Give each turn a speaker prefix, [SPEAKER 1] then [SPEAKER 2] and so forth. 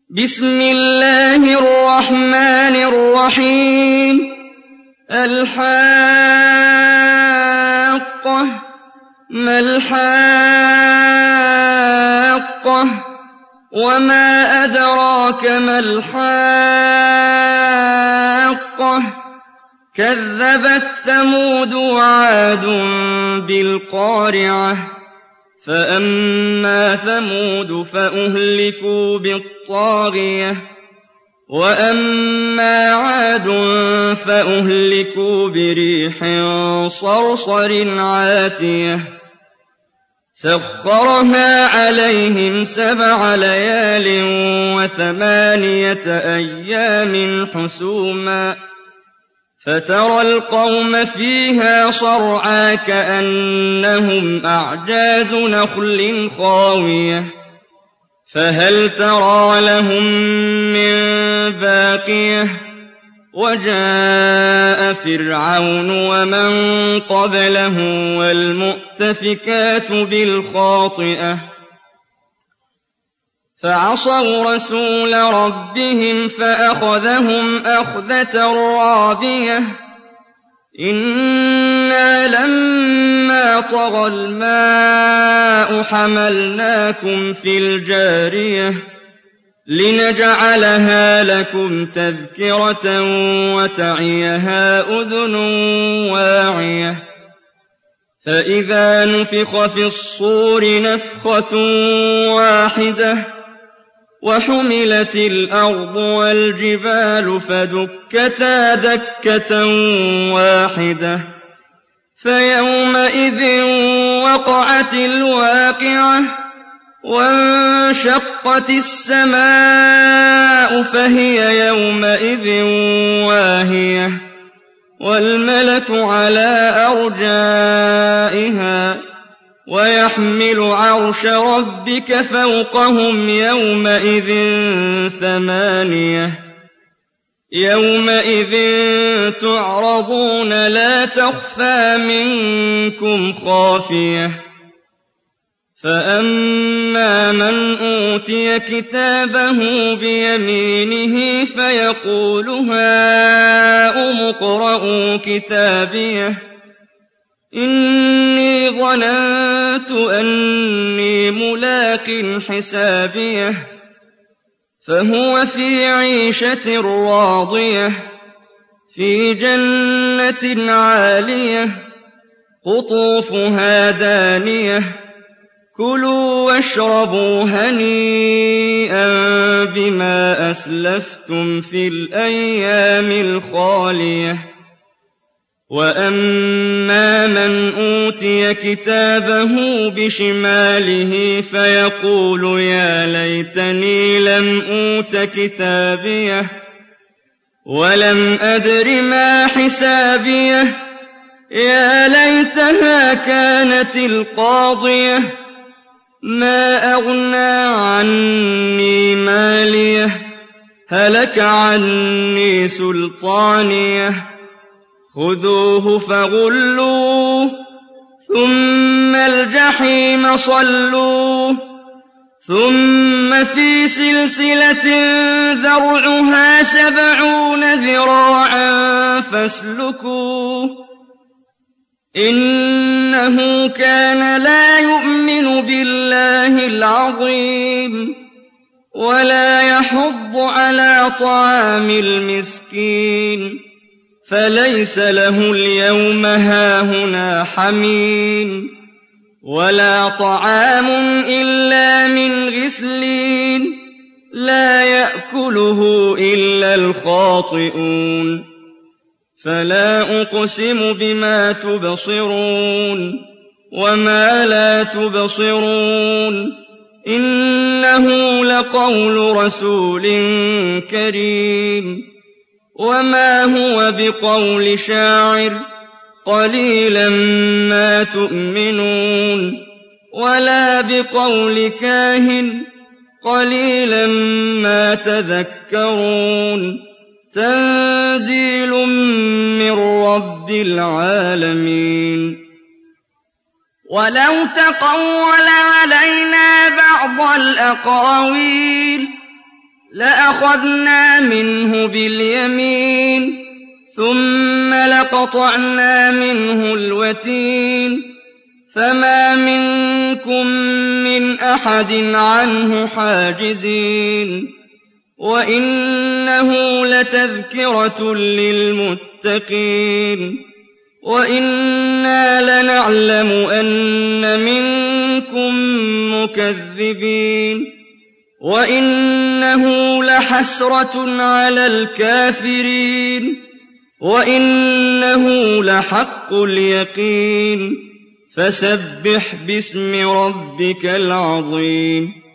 [SPEAKER 1] بسم الله الرحمن الرحيم الحاقة ما الحاقة وما أدراك ما الحاقة كذبت ثمود وعاد بالقارعة فأما ثمود فأهلكوا بالطاغية وأما عاد فأهلكوا بريح صرصر عاتية سخرها عليهم 7 ليال و8 أيام حسوما فترى القوم فيها صرعى كأنهم أعجاز نخل خاوية فهل ترى لهم من باقية وجاء فرعون ومن قبله والمؤتفكات بالخاطئة فعصوا رسول ربهم فأخذهم أخذة رابية إنا لما طغى الماء حملناكم في الجارية لنجعلها لكم تذكرة وتعيها أذن واعية فإذا نفخ في الصور نفخة واحدة وحملت الأرض والجبال فدكتا دكة واحدة فيومئذ وقعت الواقعة وانشقت السماء فهي يومئذ واهية والملك على أرجائها ويحمل عرش ربك فوقهم يومئذ 8 يومئذ تعرضون لا تخفى منكم خافية فأما من أوتي كتابه بيمينه فيقول هاؤم اقرءوا كتابيه إني ظننت أني ملاق حسابيه فهو في عيشة راضية في جنة عالية قطوفها دانية كلوا واشربوا هنيئا بما أسلفتم في الأيام الخالية وأما من أوتي كتابه بشماله فيقول يا ليتني لم أوت كتابيه ولم أدر ما حسابيه يا ليتها كانت القاضية ما أغنى عني ماليه هلك عني سلطانيه خذوه فغلوه ثم الجحيم صلوه ثم في سلسلة ذرعها 70 ذراعا فاسلكوه إنه كان لا يؤمن بالله العظيم ولا يحض على طعام المسكين فليس له اليوم هاهنا حميم ولا طعام إلا من غسلين لا يأكله إلا الخاطئون فلا أقسم بما تبصرون وما لا تبصرون إنه لقول رسول كريم وما هو بقول شاعر قليلا ما تؤمنون ولا بقول كاهن قليلا ما تذكرون تنزيل من رب العالمين ولو تقول علينا بعض الأقاويل لأخذنا منه باليمين ثم لقطعنا منه الوتين فما منكم من أحد عنه حاجزين وإنه لتذكرة للمتقين وإنا لنعلم أن منكم مكذبين وإنه لحسرة على الكافرين وإنه لحق اليقين فسبح باسم ربك العظيم